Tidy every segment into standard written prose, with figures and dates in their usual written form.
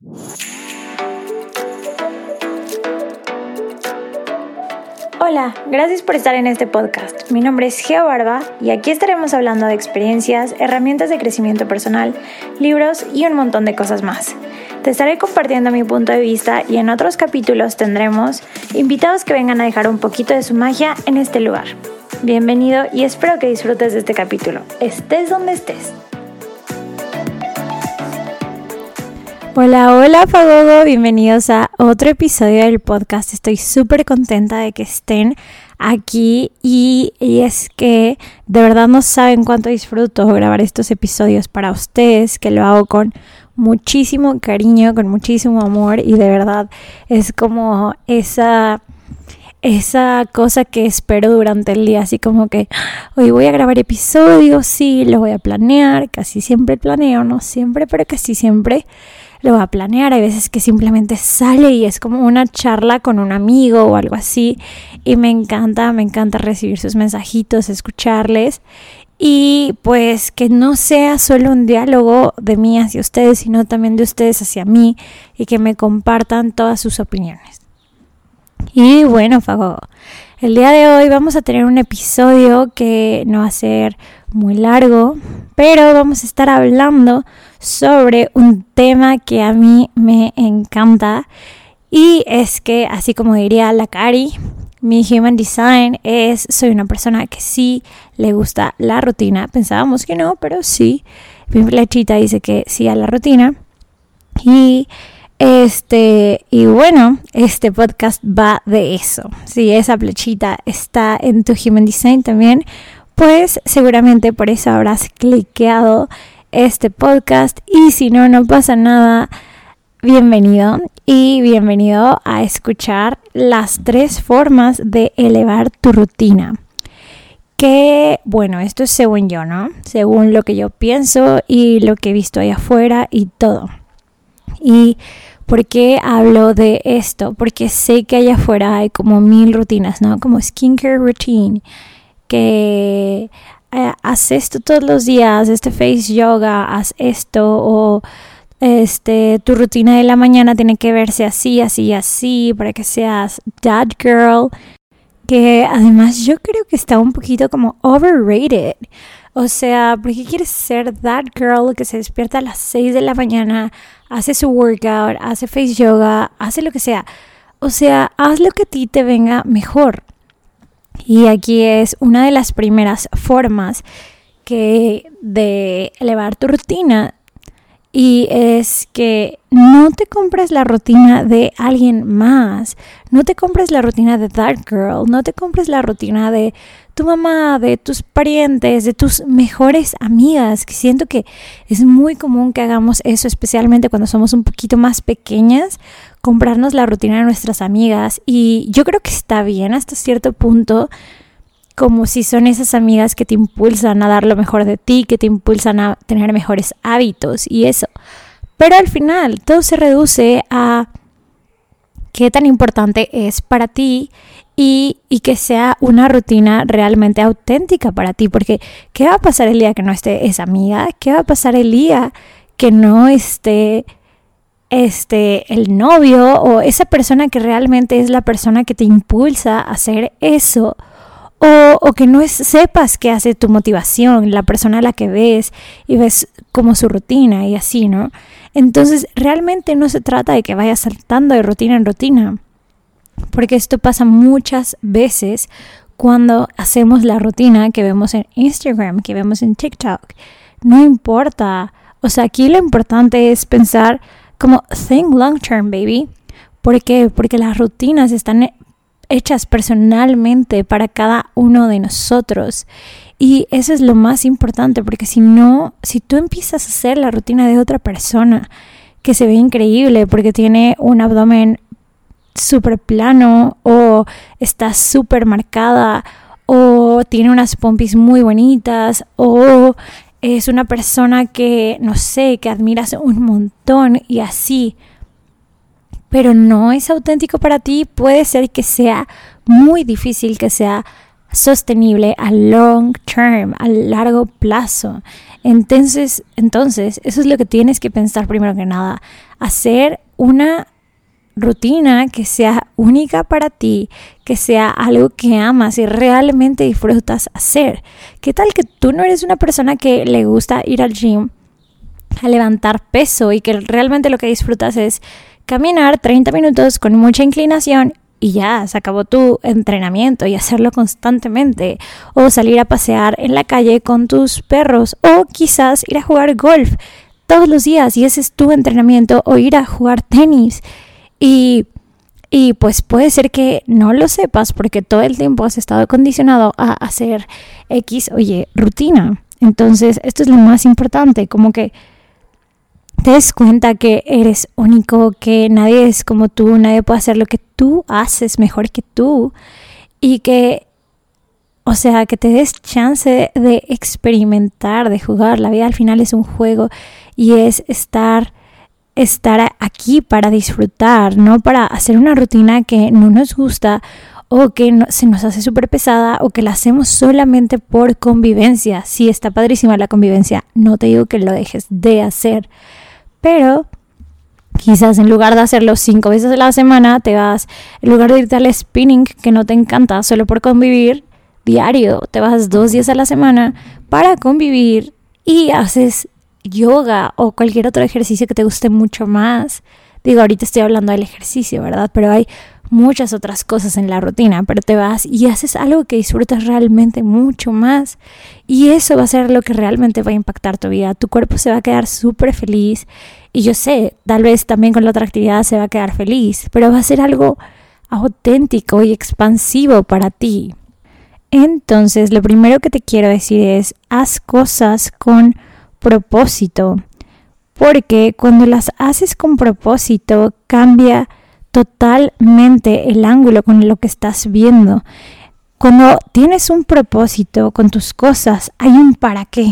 Hola, gracias por estar en este podcast. Mi nombre es Geo Barba y aquí estaremos hablando de experiencias, herramientas de crecimiento personal, libros y un montón de cosas más. Te estaré compartiendo mi punto de vista y en otros capítulos tendremos invitados que vengan a dejar un poquito de su magia en este lugar. Bienvenido y espero que disfrutes de este capítulo, estés donde estés. Hola Fagogo, bienvenidos a otro episodio del podcast. Estoy súper contenta de que estén aquí y es que de verdad no saben cuánto disfruto grabar estos episodios para ustedes, que lo hago con muchísimo cariño, con muchísimo amor y de verdad es como esa cosa que espero durante el día, así como que hoy voy a grabar episodios, sí, lo voy a planear, casi siempre planeo, no siempre, pero casi siempre lo voy a planear. Hay veces que simplemente sale y es como una charla con un amigo o algo así y me encanta recibir sus mensajitos, escucharles y pues que no sea solo un diálogo de mí hacia ustedes, sino también de ustedes hacia mí y que me compartan todas sus opiniones. Y bueno, Fagogo, el día de hoy vamos a tener un episodio que no va a ser muy largo, pero vamos a estar hablando sobre un tema que a mí me encanta y es que, así como diría la Cari, mi Human Design soy una persona que sí le gusta la rutina. Pensábamos que no, pero sí. Mi flechita dice que sí a la rutina. Y bueno, este podcast va de eso. Si esa flechita está en tu Human Design también, pues seguramente por eso habrás cliqueado este podcast y si no, no pasa nada. Bienvenido y bienvenido a escuchar las 3 formas de elevar tu rutina. Que bueno, esto es según yo, ¿no? Según lo que yo pienso y lo que he visto allá afuera y todo. ¿Y por qué hablo de esto? Porque sé que allá afuera hay como 1000 rutinas, ¿no? Como skincare routine, que haz esto todos los días, face yoga, haz esto, o tu rutina de la mañana tiene que verse así, para que seas that girl, que además yo creo que está un poquito como overrated. O sea, ¿por qué quieres ser that girl que se despierta a las 6 de la mañana, hace su workout, hace face yoga, hace lo que sea? O sea, haz lo que a ti te venga mejor. Y aquí es una de las primeras formas de elevar tu rutina. Y es que no te compres la rutina de alguien más. No te compres la rutina de that girl. No te compres la rutina de tu mamá, de tus parientes, de tus mejores amigas. Que siento que es muy común que hagamos eso, especialmente cuando somos un poquito más pequeñas. Comprarnos la rutina de nuestras amigas. Y yo creo que está bien hasta cierto punto, como si son esas amigas que te impulsan a dar lo mejor de ti, que te impulsan a tener mejores hábitos y eso. Pero al final todo se reduce a qué tan importante es para ti y que sea una rutina realmente auténtica para ti. Porque ¿qué va a pasar el día que no esté esa amiga? ¿Qué va a pasar el día que no esté el novio o esa persona que realmente es la persona que te impulsa a hacer eso? O que no sepas qué hace tu motivación, la persona a la que ves y ves como su rutina y así, ¿no? Entonces realmente no se trata de que vayas saltando de rutina en rutina, porque esto pasa muchas veces cuando hacemos la rutina que vemos en Instagram, que vemos en TikTok. No importa, o sea, aquí lo importante es pensar como think long term, baby. ¿Por qué? Porque las rutinas están hechas personalmente para cada uno de nosotros y eso es lo más importante, porque si tú empiezas a hacer la rutina de otra persona que se ve increíble porque tiene un abdomen súper plano o está súper marcada o tiene unas pompis muy bonitas o es una persona que, no sé, que admiras un montón y así, pero no es auténtico para ti, puede ser que sea muy difícil que sea sostenible a long term, a largo plazo. Entonces, eso es lo que tienes que pensar primero que nada. Hacer una rutina que sea única para ti, que sea algo que amas y realmente disfrutas hacer. ¿Qué tal que tú no eres una persona que le gusta ir al gym a levantar peso y que realmente lo que disfrutas es caminar 30 minutos con mucha inclinación y ya, se acabó tu entrenamiento y hacerlo constantemente? O salir a pasear en la calle con tus perros, o quizás ir a jugar golf todos los días y ese es tu entrenamiento, o ir a jugar tenis. Y pues puede ser que no lo sepas porque todo el tiempo has estado condicionado a hacer X, rutina. Entonces, esto es lo más importante, como que te des cuenta que eres único, que nadie es como tú, nadie puede hacer lo que tú haces mejor que tú y que, que te des chance de experimentar, de jugar. La vida al final es un juego y es estar aquí para disfrutar, no para hacer una rutina que no nos gusta o que se nos hace súper pesada o que la hacemos solamente por convivencia. Sí, está padrísima la convivencia, no te digo que lo dejes de hacer, pero quizás en lugar de hacerlo 5 veces a la semana, te vas, en lugar de irte al spinning que no te encanta solo por convivir diario, te vas 2 días a la semana para convivir y haces yoga o cualquier otro ejercicio que te guste mucho más. Digo, ahorita estoy hablando del ejercicio, ¿verdad? Pero hay muchas otras cosas en la rutina, pero te vas y haces algo que disfrutas realmente mucho más y eso va a ser lo que realmente va a impactar tu vida. Tu cuerpo se va a quedar súper feliz y yo sé, tal vez también con la otra actividad se va a quedar feliz, pero va a ser algo auténtico y expansivo para ti. Entonces, lo primero que te quiero decir es, haz cosas con propósito, porque cuando las haces con propósito cambia totalmente el ángulo con lo que estás viendo. Cuando tienes un propósito con tus cosas, hay un para qué.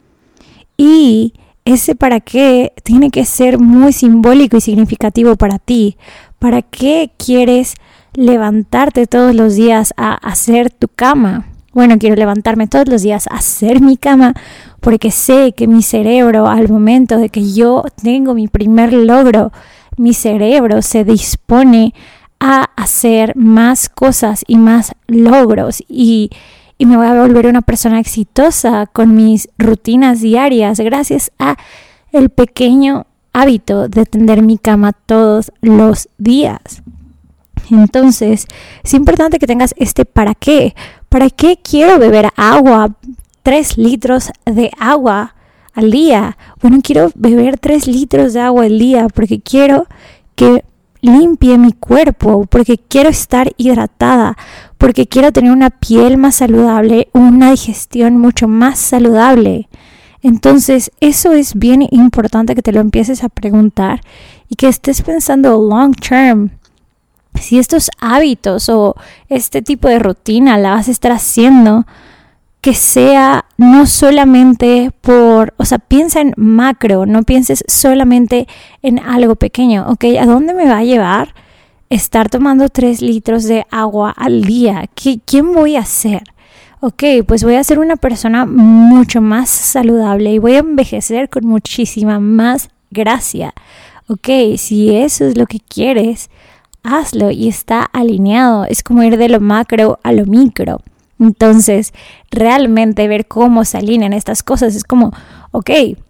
Y ese para qué tiene que ser muy simbólico y significativo para ti. ¿Para qué quieres levantarte todos los días a hacer tu cama? Bueno, quiero levantarme todos los días a hacer mi cama porque sé que mi cerebro, al momento de que yo tengo mi primer logro, mi cerebro se dispone a hacer más cosas y más logros y me voy a volver una persona exitosa con mis rutinas diarias gracias a el pequeño hábito de tender mi cama todos los días. Entonces, es importante que tengas este para qué. ¿Para qué quiero beber agua? 3 litros de agua al día. Bueno, quiero beber 3 litros de agua al día porque quiero que limpie mi cuerpo, porque quiero estar hidratada, porque quiero tener una piel más saludable, una digestión mucho más saludable. Entonces, eso es bien importante que te lo empieces a preguntar y que estés pensando long term. Si estos hábitos o este tipo de rutina la vas a estar haciendo, que sea no solamente piensa en macro, no pienses solamente en algo pequeño, ¿ok? ¿A dónde me va a llevar estar tomando 3 litros de agua al día? ¿Quién voy a ser? Ok, pues voy a ser una persona mucho más saludable y voy a envejecer con muchísima más gracia. Ok, si eso es lo que quieres, hazlo y está alineado. Es como ir de lo macro a lo micro. Entonces, realmente ver cómo se alinean estas cosas es como, ok,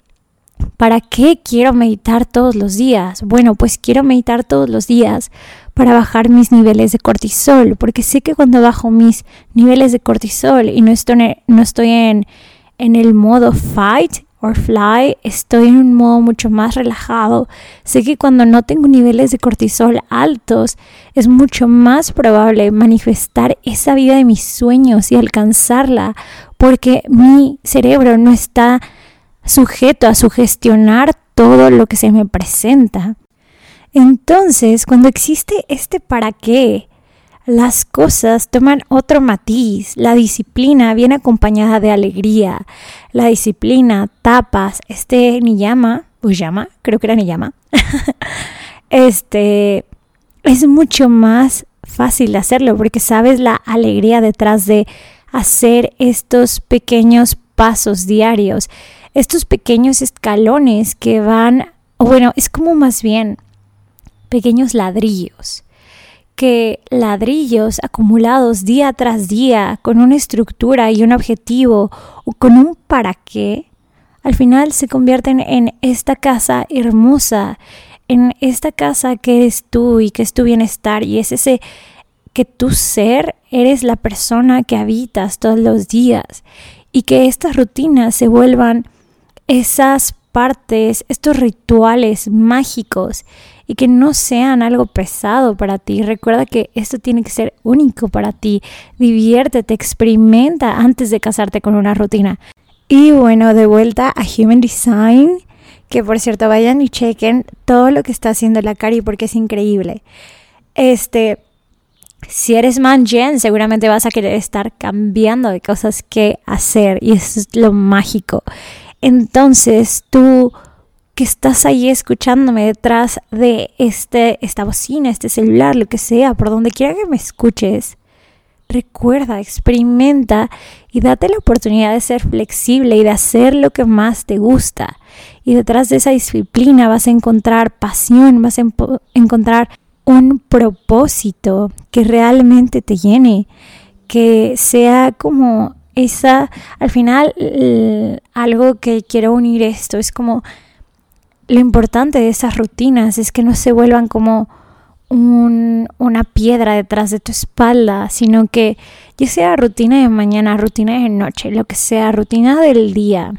¿para qué quiero meditar todos los días? Bueno, pues quiero meditar todos los días para bajar mis niveles de cortisol, porque sé que cuando bajo mis niveles de cortisol y no estoy en el modo fight or fly, estoy en un modo mucho más relajado. Sé que cuando no tengo niveles de cortisol altos, es mucho más probable manifestar esa vida de mis sueños y alcanzarla, porque mi cerebro no está sujeto a sugestionar todo lo que se me presenta. Entonces, cuando existe este para qué, las cosas toman otro matiz. La disciplina viene acompañada de alegría. La disciplina, tapas, niyama, creo que era niyama, es mucho más fácil de hacerlo porque sabes la alegría detrás de hacer estos pequeños pasos diarios, estos pequeños escalones que van, o bueno, es como más bien pequeños ladrillos, que ladrillos acumulados día tras día con una estructura y un objetivo o con un para qué, al final se convierten en esta casa hermosa, en esta casa que eres tú y que es tu bienestar, y es ese que tu ser eres la persona que habitas todos los días, y que estas rutinas se vuelvan esas partes, estos rituales mágicos, y que no sean algo pesado para ti. Recuerda que esto tiene que ser único para ti. Diviértete, experimenta antes de casarte con una rutina. Y bueno, de vuelta a Human Design, que por cierto vayan y chequen todo lo que está haciendo la Cari porque es increíble. Si eres man gen, seguramente vas a querer estar cambiando de cosas que hacer, y eso es lo mágico. Entonces tú que estás ahí escuchándome detrás de esta bocina, este celular, lo que sea, por donde quiera que me escuches, recuerda, experimenta y date la oportunidad de ser flexible y de hacer lo que más te gusta. Y detrás de esa disciplina vas a encontrar pasión, vas a encontrar un propósito que realmente te llene, que sea como esa, al final, algo que quiero unir esto, es como lo importante de esas rutinas es que no se vuelvan como una piedra detrás de tu espalda, sino que ya sea rutina de mañana, rutina de noche, lo que sea, rutina del día.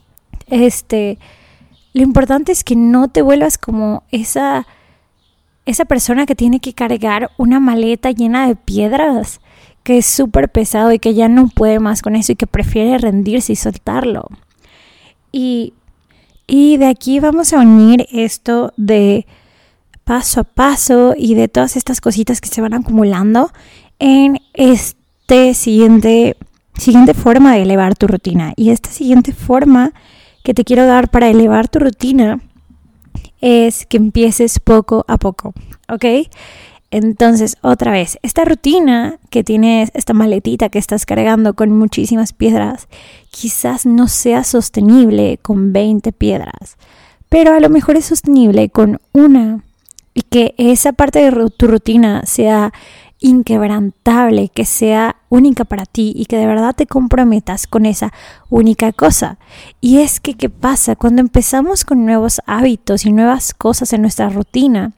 Lo importante es que no te vuelvas como esa persona que tiene que cargar una maleta llena de piedras, que es súper pesado y que ya no puede más con eso y que prefiere rendirse y soltarlo. Y de aquí vamos a unir esto de paso a paso y de todas estas cositas que se van acumulando en siguiente forma de elevar tu rutina. Y esta siguiente forma que te quiero dar para elevar tu rutina es que empieces poco a poco, ¿ok? Entonces, otra vez, esta rutina que tienes, esta maletita que estás cargando con muchísimas piedras, quizás no sea sostenible con 20 piedras, pero a lo mejor es sostenible con una, y que esa parte de tu rutina sea inquebrantable, que sea única para ti y que de verdad te comprometas con esa única cosa. Y es que, ¿qué pasa? Cuando empezamos con nuevos hábitos y nuevas cosas en nuestra rutina,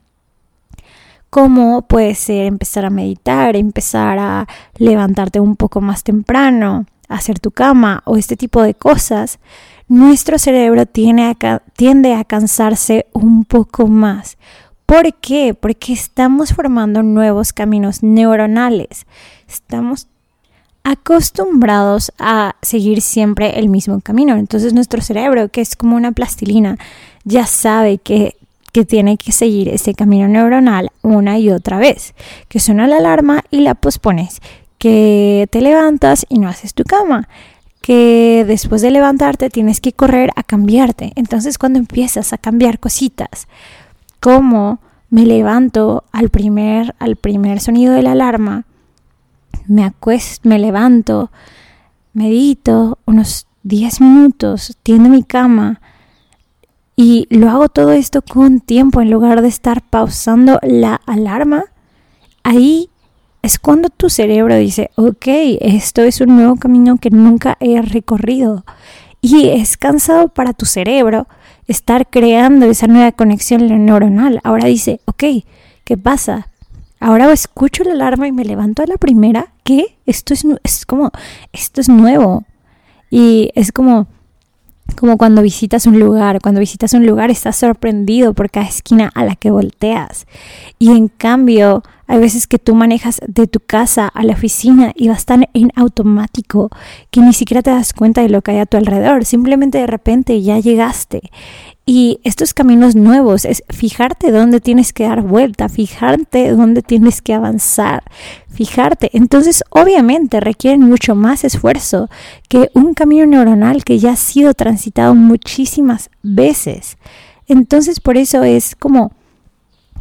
como puede ser empezar a meditar, empezar a levantarte un poco más temprano, hacer tu cama o este tipo de cosas, nuestro cerebro tiende a cansarse un poco más. ¿Por qué? Porque estamos formando nuevos caminos neuronales. Estamos acostumbrados a seguir siempre el mismo camino. Entonces nuestro cerebro, que es como una plastilina, ya sabe que tiene que seguir ese camino neuronal una y otra vez. Que suena la alarma y la pospones. Que te levantas y no haces tu cama. Que después de levantarte tienes que correr a cambiarte. Entonces cuando empiezas a cambiar cositas, como me levanto al primer sonido de la alarma, me acuesto, me levanto, medito unos 10 minutos, tiendo mi cama y lo hago todo esto con tiempo en lugar de estar pausando la alarma, ahí es cuando tu cerebro dice, ok, esto es un nuevo camino que nunca he recorrido. Y es cansado para tu cerebro estar creando esa nueva conexión neuronal. Ahora dice, ok, ¿qué pasa? Ahora escucho la alarma y me levanto a la primera. ¿Qué? Esto es nuevo. Y es como cuando visitas un lugar. Cuando visitas un lugar estás sorprendido por cada esquina a la que volteas. Y en cambio, hay veces que tú manejas de tu casa a la oficina y vas tan en automático que ni siquiera te das cuenta de lo que hay a tu alrededor. Simplemente de repente ya llegaste. Y estos caminos nuevos es fijarte dónde tienes que dar vuelta, fijarte dónde tienes que avanzar, fijarte. Entonces, obviamente, requieren mucho más esfuerzo que un camino neuronal que ya ha sido transitado muchísimas veces. Entonces, por eso es como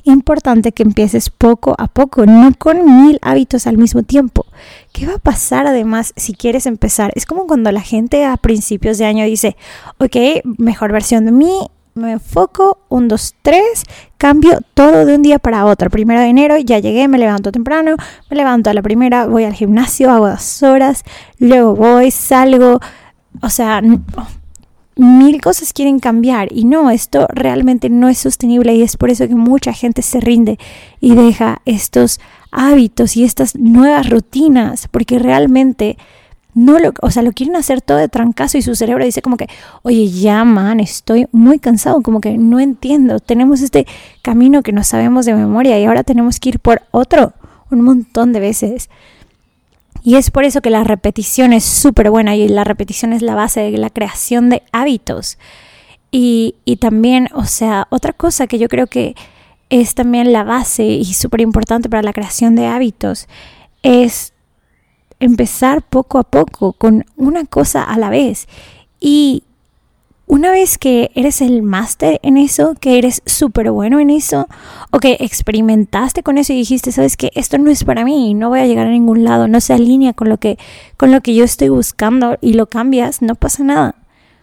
importante que empieces poco a poco, no con 1000 hábitos al mismo tiempo. ¿Qué va a pasar además si quieres empezar? Es como cuando la gente a principios de año dice, ok, mejor versión de mí, me enfoco, 1, 2, 3, cambio todo de un día para otro. 1 de enero ya llegué, me levanto temprano, me levanto a la primera, voy al gimnasio, hago 2 horas, luego voy, salgo, o sea, 1000 cosas quieren cambiar y no, esto realmente no es sostenible y es por eso que mucha gente se rinde y deja estos hábitos y estas nuevas rutinas, porque realmente lo quieren hacer todo de trancazo y su cerebro dice como que, oye, ya man, estoy muy cansado, como que no entiendo, tenemos este camino que no sabemos de memoria y ahora tenemos que ir por otro un montón de veces. Y es por eso que la repetición es súper buena y la repetición es la base de la creación de hábitos. Y también, o sea, otra cosa que yo creo que es también la base y súper importante para la creación de hábitos es empezar poco a poco con una cosa a la vez. Y una vez que eres el máster en eso, que eres súper bueno en eso, o que experimentaste con eso y dijiste, sabes que esto no es para mí, no voy a llegar a ningún lado, no se alinea con lo que yo estoy buscando y lo cambias, no pasa nada.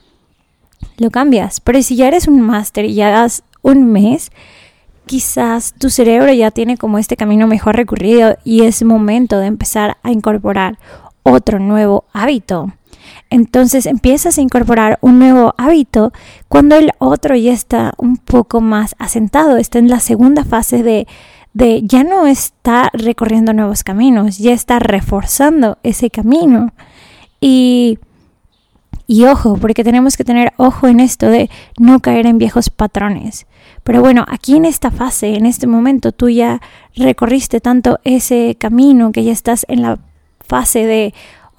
Lo cambias. Pero si ya eres un máster y ya hagas un mes, quizás tu cerebro ya tiene como este camino mejor recorrido y es momento de empezar a incorporar otro nuevo hábito. Entonces empiezas a incorporar un nuevo hábito cuando el otro ya está un poco más asentado, está en la segunda fase de ya no está recorriendo nuevos caminos, ya está reforzando ese camino. Y ojo, porque tenemos que tener ojo en esto de no caer en viejos patrones. Pero bueno, aquí en esta fase, en este momento, tú ya recorriste tanto ese camino que ya estás en la fase de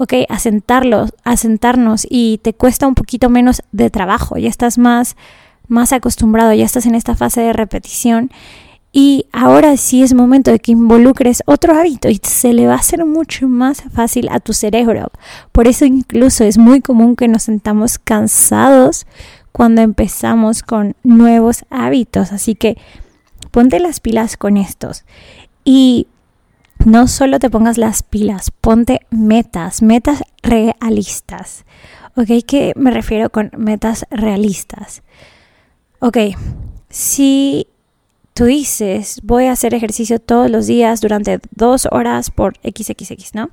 asentarnos y te cuesta un poquito menos de trabajo, ya estás más acostumbrado, ya estás en esta fase de repetición y ahora sí es momento de que involucres otro hábito y se le va a hacer mucho más fácil a tu cerebro. Por eso incluso es muy común que nos sentamos cansados cuando empezamos con nuevos hábitos, así que ponte las pilas con estos y no solo te pongas las pilas, ponte metas realistas. ¿Ok? ¿Qué me refiero con metas realistas? Ok, si tú dices, voy a hacer ejercicio todos los días durante 2 horas por XXX, ¿no?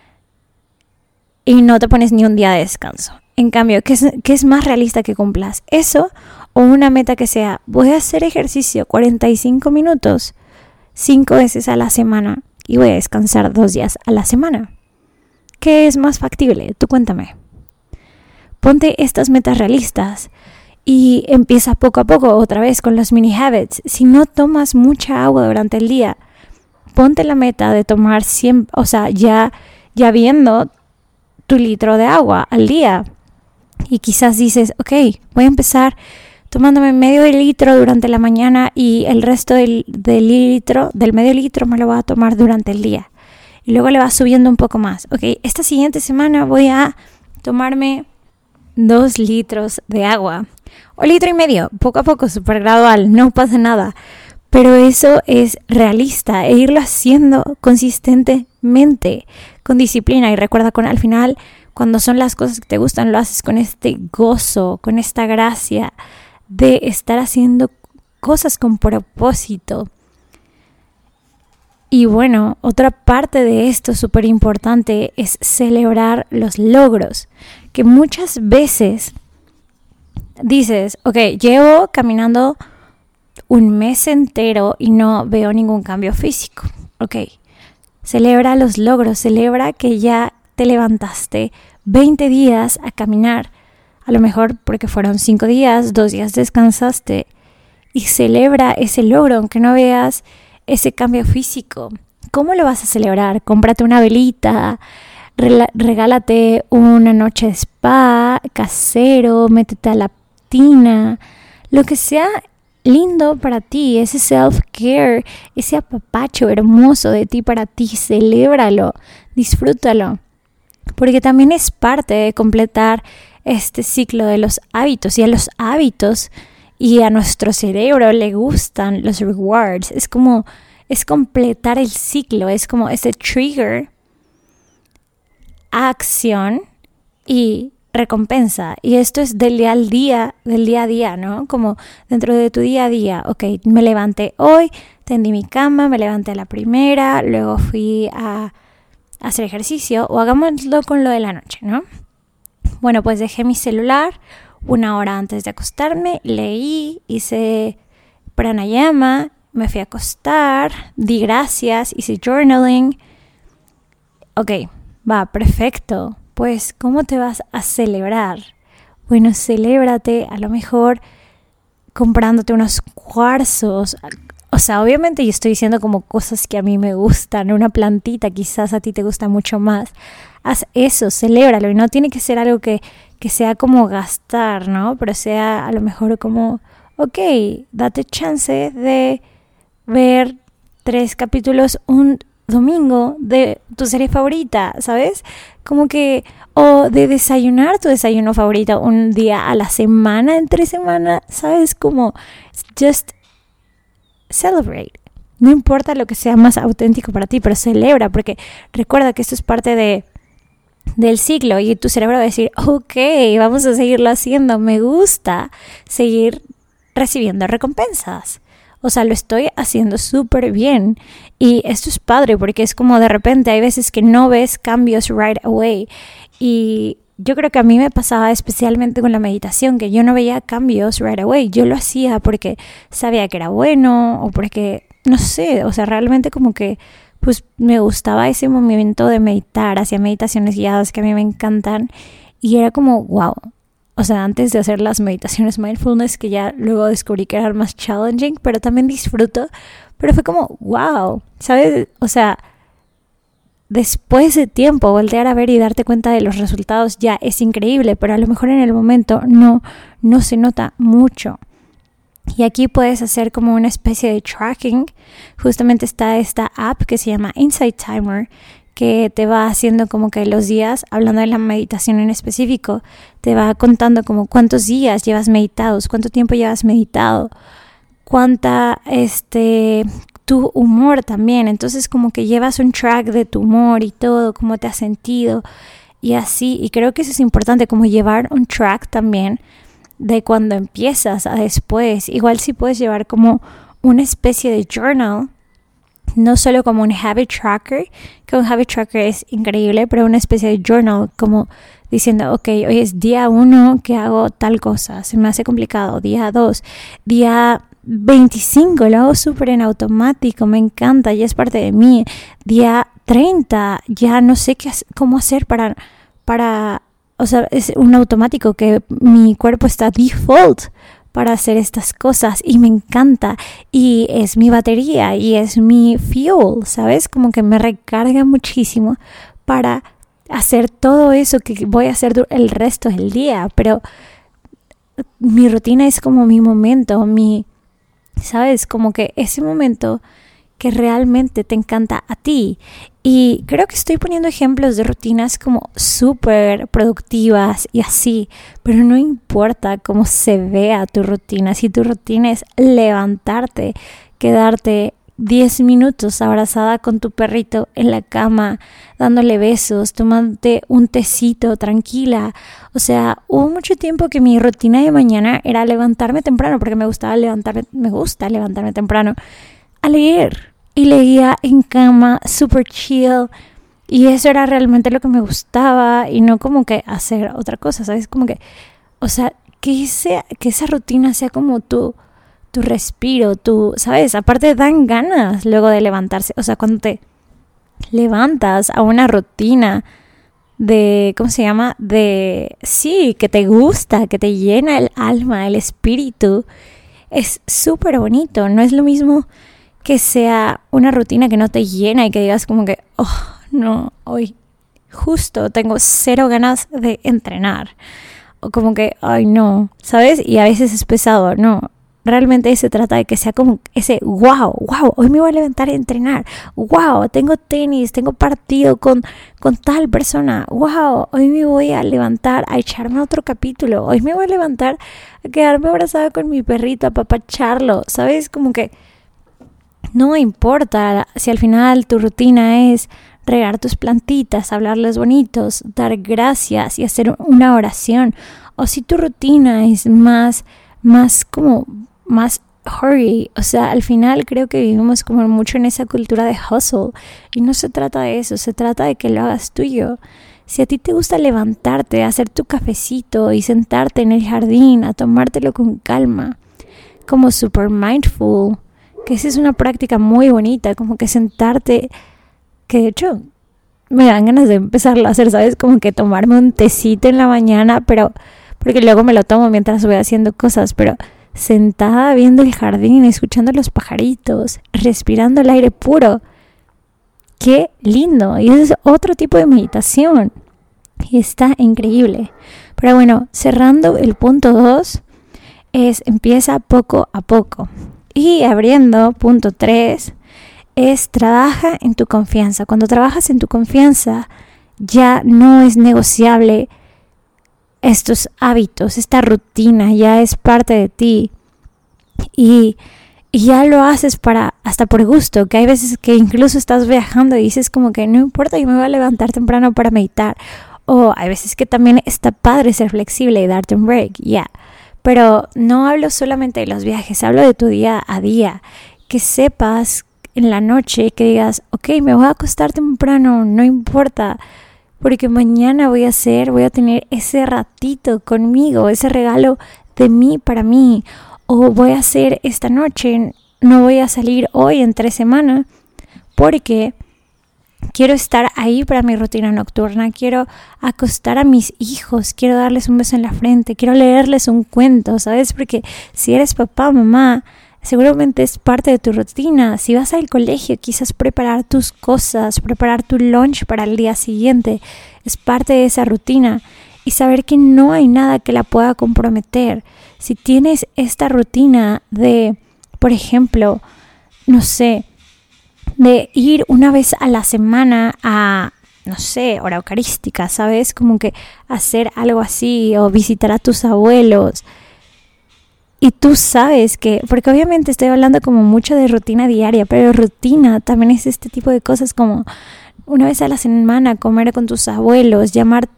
Y no te pones ni un día de descanso. En cambio, ¿qué es más realista que cumplas? ¿Eso o una meta que sea, voy a hacer ejercicio 45 minutos 5 veces a la semana? Y voy a descansar 2 días a la semana. ¿Qué es más factible? Tú cuéntame. Ponte estas metas realistas y empieza poco a poco otra vez con los mini habits. Si no tomas mucha agua durante el día, ponte la meta de tomar 100, o sea, ya viendo tu litro de agua al día. Y quizás dices, ok, voy a empezar tomándome medio litro durante la mañana y el resto del medio litro me lo voy a tomar durante el día. Y luego le vas subiendo un poco más. Ok, esta siguiente semana voy a tomarme 2 litros de agua. O 1,5 litros, poco a poco, súper gradual, no pasa nada. Pero eso es realista e irlo haciendo consistentemente, con disciplina. Y recuerda, al final, cuando son las cosas que te gustan, lo haces con este gozo, con esta gracia de estar haciendo cosas con propósito. Y bueno, otra parte de esto súper importante es celebrar los logros, que muchas veces dices, ok, llevo caminando un mes entero y no veo ningún cambio físico. Ok, celebra los logros, celebra que ya te levantaste 20 días a caminar. A lo mejor porque fueron 5 días, 2 días descansaste y celebra ese logro, aunque no veas ese cambio físico. ¿Cómo lo vas a celebrar? Cómprate una velita, regálate una noche de spa, casero, métete a la tina, lo que sea lindo para ti, ese self-care, ese apapacho hermoso de ti para ti, celébralo, disfrútalo, porque también es parte de completar este ciclo de los hábitos y a los hábitos Y a nuestro cerebro le gustan los rewards. Es completar el ciclo, es como ese trigger, acción y recompensa. Y esto es del día a día, ¿no? Como dentro de tu día a día. Ok, me levanté hoy, tendí mi cama, me levanté a la primera, luego fui a hacer ejercicio, o hagámoslo con lo de la noche, ¿no? Bueno, pues dejé mi celular 1 hora antes de acostarme, leí, hice pranayama, me fui a acostar, di gracias, hice journaling. Ok, va, perfecto. Pues, ¿cómo te vas a celebrar? Bueno, celébrate a lo mejor comprándote unos cuarzos. O sea, obviamente yo estoy diciendo como cosas que a mí me gustan, una plantita quizás a ti te gusta mucho más. Haz eso, celébralo, y no tiene que ser algo que sea como gastar, ¿no? Pero sea a lo mejor como, ok, date chance de ver 3 capítulos un domingo de tu serie favorita, ¿sabes? Como que, o de desayunar tu desayuno favorito un día a la semana, entre semana, ¿sabes? Como, just celebrate. No importa lo que sea más auténtico para ti, pero celebra, porque recuerda que esto es parte del ciclo, y tu cerebro va a decir, ok, vamos a seguirlo haciendo, me gusta seguir recibiendo recompensas. O sea, lo estoy haciendo súper bien. Y esto es padre porque es como de repente hay veces que no ves cambios right away. Y yo creo que a mí me pasaba especialmente con la meditación, que yo no veía cambios right away. Yo lo hacía porque sabía que era bueno, o porque, no sé, o sea, realmente como que pues me gustaba ese momento de meditar, hacía meditaciones guiadas que a mí me encantan. Y era como, wow. O sea, antes de hacer las meditaciones mindfulness, que ya luego descubrí que eran más challenging, pero también disfruto. Pero fue como, wow, ¿sabes? O sea, después de tiempo, voltear a ver y darte cuenta de los resultados ya es increíble, pero a lo mejor en el momento no se nota mucho. Y aquí puedes hacer como una especie de tracking. Justamente está esta app que se llama Insight Timer, que te va haciendo como que los días, hablando de la meditación en específico, te va contando como cuántos días llevas meditados, cuánto tiempo llevas meditado, tu humor también. Entonces como que llevas un track de tu humor y todo, cómo te has sentido y así. Y creo que eso es importante, como llevar un track también de cuando empiezas a después. Igual si puedes llevar como una especie de journal, no solo como un habit tracker, que un habit tracker es increíble, pero una especie de journal, como diciendo, ok, hoy es día 1 que hago tal cosa, se me hace complicado, día 2, día 25, lo hago súper en automático, me encanta, ya es parte de mí, día 30, ya no sé cómo hacer para, o sea, es un automático que mi cuerpo está default para hacer estas cosas y me encanta, y es mi batería y es mi fuel, ¿sabes? Como que me recarga muchísimo para hacer todo eso que voy a hacer el resto del día. Pero mi rutina es como mi momento, ¿sabes? Como que ese momento que realmente te encanta a ti. Y creo que estoy poniendo ejemplos de rutinas como súper productivas y así, pero no importa cómo se vea tu rutina. Si tu rutina es levantarte, quedarte 10 minutos abrazada con tu perrito en la cama, dándole besos, tomándote un tecito tranquila. O sea, hubo mucho tiempo que mi rutina de mañana era levantarme temprano, porque me gusta levantarme temprano a leer. Y leía en cama, super chill. Y eso era realmente lo que me gustaba. Y no como que hacer otra cosa, ¿sabes? Como que, o sea, que esa rutina sea como tu respiro, ¿sabes? Aparte dan ganas luego de levantarse. O sea, cuando te levantas a una rutina de, ¿cómo se llama? Sí, que te gusta, que te llena el alma, el espíritu. Es súper bonito. No es lo mismo que sea una rutina que no te llena y que digas como que, oh, no, hoy justo tengo 0 ganas de entrenar. O como que, ay, no, ¿sabes? Y a veces es pesado, no. realmente se trata de que sea como ese wow, hoy me voy a levantar a entrenar, wow, tengo tenis, tengo partido con tal persona, wow, hoy me voy a levantar a echarme otro capítulo, hoy me voy a levantar a quedarme abrazada con mi perrito, a apapacharlo, ¿sabes? Como que no importa si al final tu rutina es regar tus plantitas, hablarles bonitos, dar gracias y hacer una oración, o si tu rutina es más hurry, o sea, al final creo que vivimos como mucho en esa cultura de hustle y no se trata de eso, se trata de que lo hagas tuyo. Si a ti te gusta levantarte, hacer tu cafecito y sentarte en el jardín a tomártelo con calma, como super mindful, que esa es una práctica muy bonita, como que sentarte, que de hecho me dan ganas de empezarlo a hacer, ¿sabes? Como que tomarme un tecito en la mañana, pero porque luego me lo tomo mientras voy haciendo cosas, pero sentada viendo el jardín, escuchando los pajaritos, respirando el aire puro. ¡Qué lindo! Y ese es otro tipo de meditación. Y está increíble. Pero bueno, cerrando el punto 2, empieza poco a poco. Y abriendo punto 3, trabaja en tu confianza. Cuando trabajas en tu confianza, ya no es negociable estos hábitos, esta rutina ya es parte de ti y ya lo haces hasta por gusto, que hay veces que incluso estás viajando y dices como que no importa, yo me voy a levantar temprano para meditar, o hay veces que también está padre ser flexible y darte un break, pero no hablo solamente de los viajes, hablo de tu día a día, que sepas en la noche, que digas, ok, me voy a acostar temprano, no importa, porque mañana voy a tener ese ratito conmigo, ese regalo de mí para mí, o voy a hacer esta noche, no voy a salir hoy entre semana, porque quiero estar ahí para mi rutina nocturna, quiero acostar a mis hijos, quiero darles un beso en la frente, quiero leerles un cuento, ¿sabes? Porque si eres papá o mamá, seguramente es parte de tu rutina. Si vas al colegio, quizás preparar tus cosas, preparar tu lunch para el día siguiente, es parte de esa rutina. Y saber que no hay nada que la pueda comprometer. Si tienes esta rutina de, por ejemplo, no sé, de ir una vez a la semana a, no sé, hora eucarística, ¿sabes? Como que hacer algo así o visitar a tus abuelos. Y tú sabes que, porque obviamente estoy hablando como mucho de rutina diaria, pero rutina también es este tipo de cosas como una vez a la semana comer con tus abuelos, llamar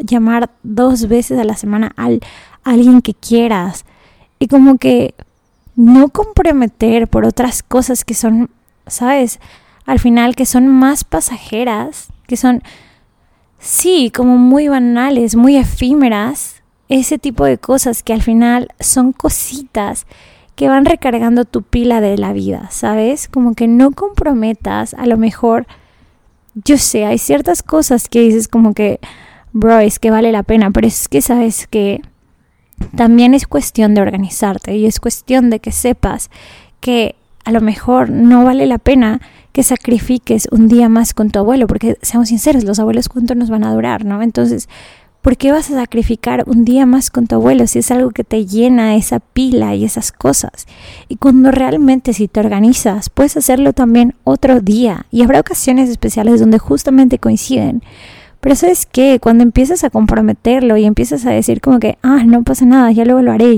2 veces a la semana a alguien que quieras. Y como que no comprometer por otras cosas que son, ¿sabes? Al final que son más pasajeras, que son, sí, como muy banales, muy efímeras. Ese tipo de cosas que al final son cositas que van recargando tu pila de la vida, ¿sabes? Como que no comprometas, a lo mejor, yo sé, hay ciertas cosas que dices como que, bro, es que vale la pena, pero es que sabes que también es cuestión de organizarte y es cuestión de que sepas que a lo mejor no vale la pena que sacrifiques un día más con tu abuelo, porque seamos sinceros, los abuelos cuánto nos van a durar, ¿no? Entonces, ¿por qué vas a sacrificar un día más con tu abuelo si es algo que te llena esa pila y esas cosas? Y cuando realmente si te organizas, puedes hacerlo también otro día. Y habrá ocasiones especiales donde justamente coinciden. Pero ¿sabes qué? Cuando empiezas a comprometerlo y empiezas a decir como que, no pasa nada, ya luego lo haré,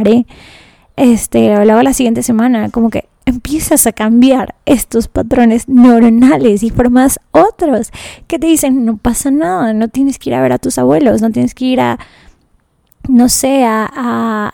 lo hago la siguiente semana, como que empiezas a cambiar estos patrones neuronales y formas otros que te dicen no pasa nada, no tienes que ir a ver a tus abuelos, no tienes que ir a, no sé, a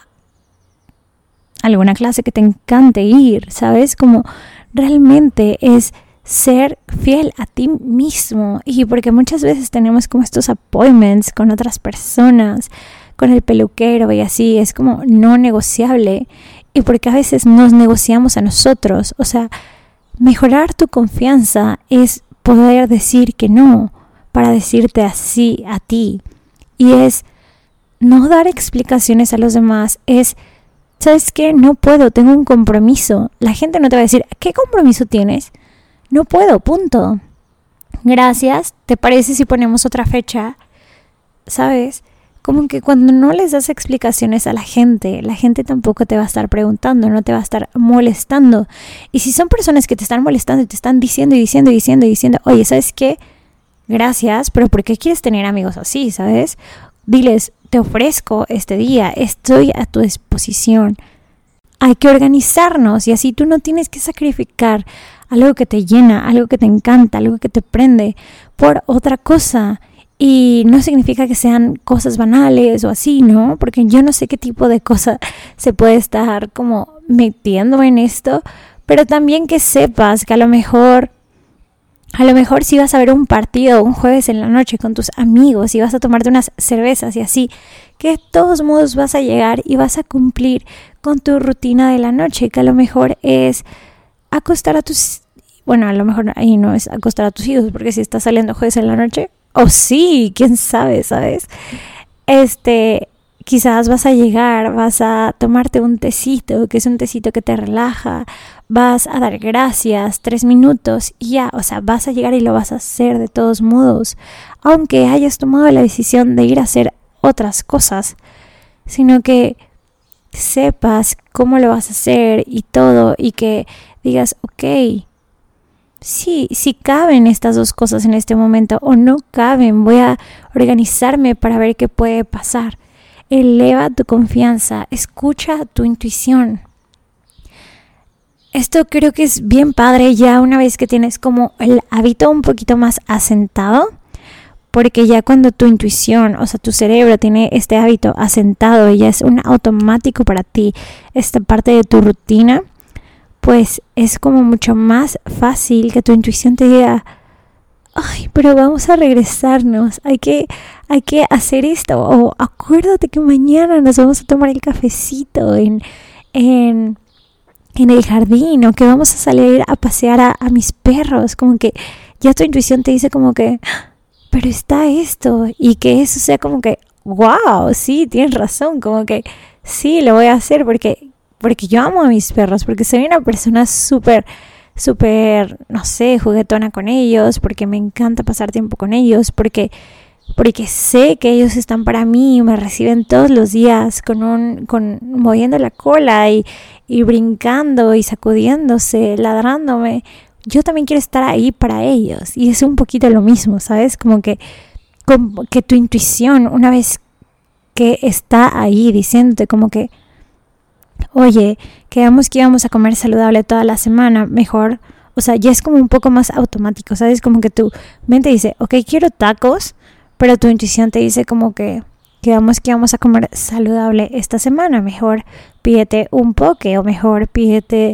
alguna clase que te encante ir, ¿sabes? Como realmente es ser fiel a ti mismo. Y porque muchas veces tenemos como estos appointments con otras personas, con el peluquero y así, es como no negociable. Y porque a veces nos negociamos a nosotros. O sea, mejorar tu confianza es poder decir que no para decirte así a ti. Y es no dar explicaciones a los demás. Es, ¿sabes qué? No puedo, tengo un compromiso. La gente no te va a decir, ¿qué compromiso tienes? No puedo, punto. Gracias, ¿te parece si ponemos otra fecha? ¿Sabes? como que cuando no les das explicaciones a la gente tampoco te va a estar preguntando, no te va a estar molestando. Y si son personas que te están molestando y te están diciendo, oye, ¿sabes qué? Gracias, pero ¿por qué quieres tener amigos así, sabes? Diles, te ofrezco este día, estoy a tu disposición. Hay que organizarnos y así tú no tienes que sacrificar algo que te llena, algo que te encanta, algo que te prende por otra cosa. Y no significa que sean cosas banales o así, ¿no? Porque yo no sé qué tipo de cosa se puede estar como metiendo en esto, pero también que sepas que a lo mejor si vas a ver un partido un jueves en la noche con tus amigos y vas a tomarte unas cervezas y así, que de todos modos vas a llegar y vas a cumplir con tu rutina de la noche, que a lo mejor es acostar a tus... Bueno, a lo mejor ahí no es acostar a tus hijos, porque si estás saliendo jueves en la noche... O sí, quién sabe, ¿sabes? Quizás vas a llegar, vas a tomarte un tecito, que es un tecito que te relaja, vas a dar gracias 3 minutos y ya, o sea, vas a llegar y lo vas a hacer de todos modos, aunque hayas tomado la decisión de ir a hacer otras cosas, sino que sepas cómo lo vas a hacer y todo, y que digas, ok, sí caben estas dos cosas en este momento o no caben, voy a organizarme para ver qué puede pasar. Eleva tu confianza, escucha tu intuición. Esto creo que es bien padre ya una vez que tienes como el hábito un poquito más asentado, porque ya cuando tu intuición, o sea, tu cerebro tiene este hábito asentado y ya es un automático para ti, esta parte de tu rutina, pues es como mucho más fácil que tu intuición te diga, ay, pero vamos a regresarnos, hay que hacer esto, o acuérdate que mañana nos vamos a tomar el cafecito en el jardín, o que vamos a salir a pasear a mis perros, como que ya tu intuición te dice como que, pero está esto, y que eso sea como que, wow, sí, tienes razón, como que sí, lo voy a hacer porque yo amo a mis perros, porque soy una persona súper, no sé, juguetona con ellos, porque me encanta pasar tiempo con ellos, porque sé que ellos están para mí y me reciben todos los días con moviendo la cola y brincando y sacudiéndose, ladrándome. Yo también quiero estar ahí para ellos y es un poquito lo mismo, ¿sabes? Como que tu intuición, una vez que está ahí diciéndote como que, oye, quedamos que íbamos a comer saludable toda la semana, mejor, o sea, ya es como un poco más automático, ¿sabes? Como que tu mente dice, ok, quiero tacos, pero tu intuición te dice como que quedamos que íbamos a comer saludable esta semana, mejor pídete un poke, o mejor pídete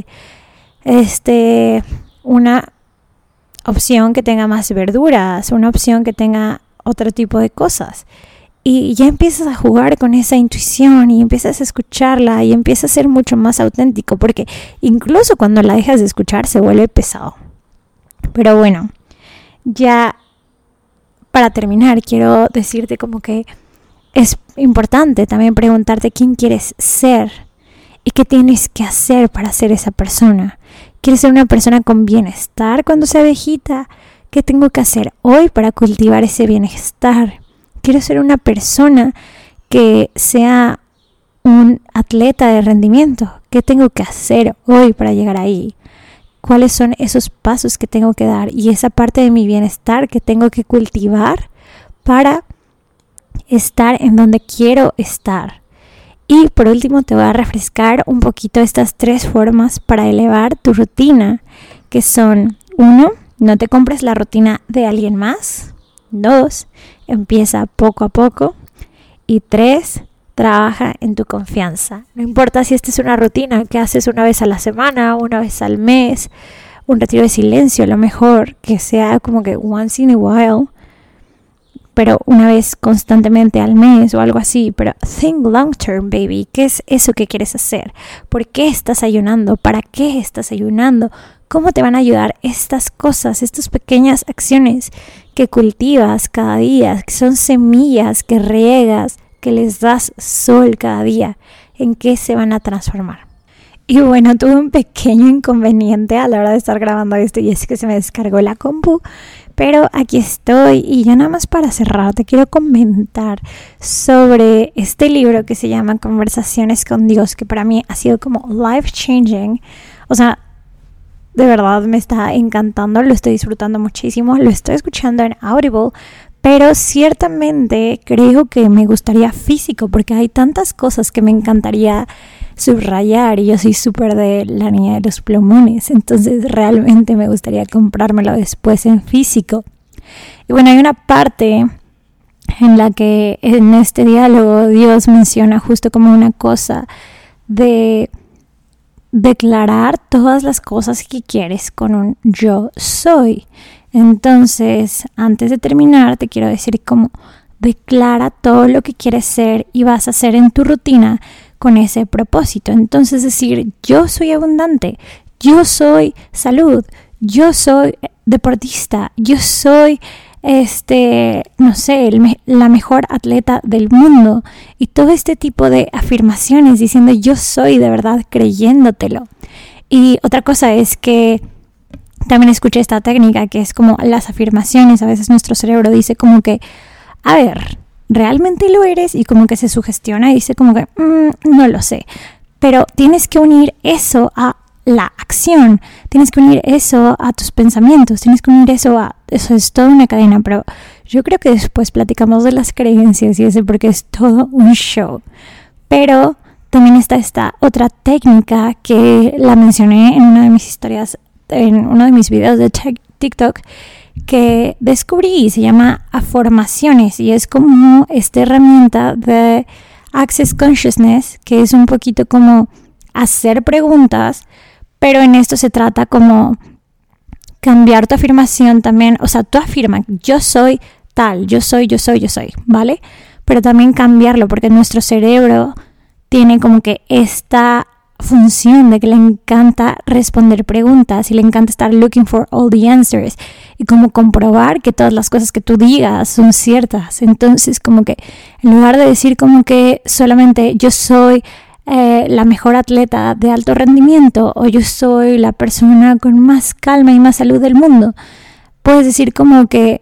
una opción que tenga más verduras, una opción que tenga otro tipo de cosas. Y ya empiezas a jugar con esa intuición y empiezas a escucharla y empieza a ser mucho más auténtico, porque incluso cuando la dejas de escuchar se vuelve pesado. Pero bueno, ya para terminar quiero decirte como que es importante también preguntarte quién quieres ser y qué tienes que hacer para ser esa persona. ¿Quieres ser una persona con bienestar cuando sea viejita? ¿Qué tengo que hacer hoy para cultivar ese bienestar? Quiero ser una persona que sea un atleta de rendimiento. ¿Qué tengo que hacer hoy para llegar ahí? ¿Cuáles son esos pasos que tengo que dar? Y esa parte de mi bienestar que tengo que cultivar para estar en donde quiero estar. Y por último te voy a refrescar un poquito estas 3 formas para elevar tu rutina, que son: 1, no te compres la rutina de alguien más. 2, empieza poco a poco. Y 3, trabaja en tu confianza. No importa si esta es una rutina que haces una vez a la semana, una vez al mes, un retiro de silencio, a lo mejor que sea como que once in a while, pero una vez constantemente al mes o algo así. Pero think long term, baby. ¿Qué es eso que quieres hacer? ¿Por qué estás ayunando? ¿Para qué estás ayunando? ¿Cómo te van a ayudar estas cosas, estas pequeñas acciones que cultivas cada día, que son semillas que riegas, que les das sol cada día? ¿En qué se van a transformar? Y bueno, tuve un pequeño inconveniente a la hora de estar grabando esto, y es que se me descargó la compu, Pero aquí estoy y ya nada más para cerrar te quiero comentar sobre este libro que se llama Conversaciones con Dios, que para mí ha sido como life changing. O sea, de verdad me está encantando, lo estoy disfrutando muchísimo, lo estoy escuchando en Audible, pero ciertamente creo que me gustaría físico porque hay tantas cosas que me encantaría subrayar y yo soy súper de la niña de los plumones, entonces realmente me gustaría comprármelo después en físico. Y bueno, hay una parte en la que en este diálogo Dios menciona justo como una cosa de declarar todas las cosas que quieres con un yo soy. Entonces, antes de terminar, te quiero decir cómo declara todo lo que quieres ser y vas a hacer en tu rutina con ese propósito. Entonces, decir, yo soy abundante, yo soy salud, yo soy deportista, yo soy no sé, la mejor atleta del mundo, y todo este tipo de afirmaciones diciendo yo soy, de verdad creyéndotelo. Y otra cosa es que también escuché esta técnica que es como las afirmaciones. A veces nuestro cerebro dice como que, a ver, ¿realmente lo eres? Y como que se sugestiona y dice como que, no lo sé. Pero tienes que unir eso a la acción, tienes que unir eso a tus pensamientos, tienes que unir eso a... Eso es toda una cadena, pero yo creo que después platicamos de las creencias y eso porque es todo un show. Pero también está esta otra técnica que la mencioné en una de mis historias, en uno de mis videos de TikTok, que descubrí y se llama afirmaciones, y es como esta herramienta de Access Consciousness, que es un poquito como hacer preguntas, pero en esto se trata como cambiar tu afirmación también. O sea, tú afirmas, yo soy tal, yo soy, ¿vale? Pero también cambiarlo, porque nuestro cerebro tiene como que esta función de que le encanta responder preguntas y le encanta estar looking for all the answers y como comprobar que todas las cosas que tú digas son ciertas. Entonces, como que en lugar de decir como que solamente yo soy la mejor atleta de alto rendimiento o yo soy la persona con más calma y más salud del mundo, puedes decir como que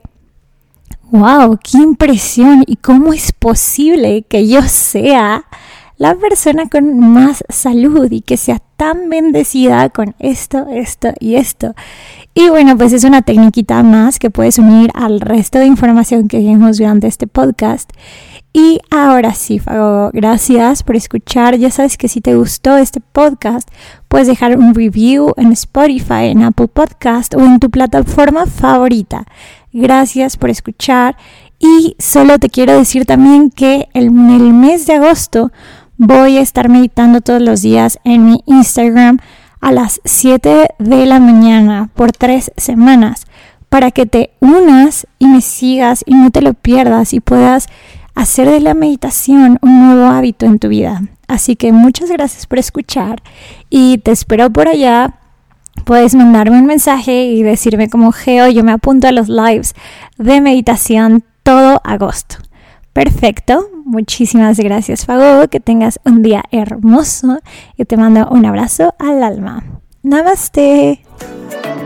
wow, qué impresión, y cómo es posible que yo sea la persona con más salud y que sea tan bendecida con esto y esto. Y bueno, pues es una tecniquita más que puedes unir al resto de información que vimos durante este podcast. Y ahora sí, Fago, gracias por escuchar. Ya sabes que si te gustó este podcast, puedes dejar un review en Spotify, en Apple Podcast o en tu plataforma favorita. Gracias por escuchar. Y solo te quiero decir también que en el mes de agosto voy a estar meditando todos los días en mi Instagram a las 7 de la mañana por 3 semanas para que te unas y me sigas y no te lo pierdas y puedas hacer de la meditación un nuevo hábito en tu vida. Así que muchas gracias por escuchar y te espero por allá. Puedes mandarme un mensaje y decirme como Geo, yo me apunto a los lives de meditación todo agosto. Perfecto, muchísimas gracias, Fago, que tengas un día hermoso y te mando un abrazo al alma. Namaste.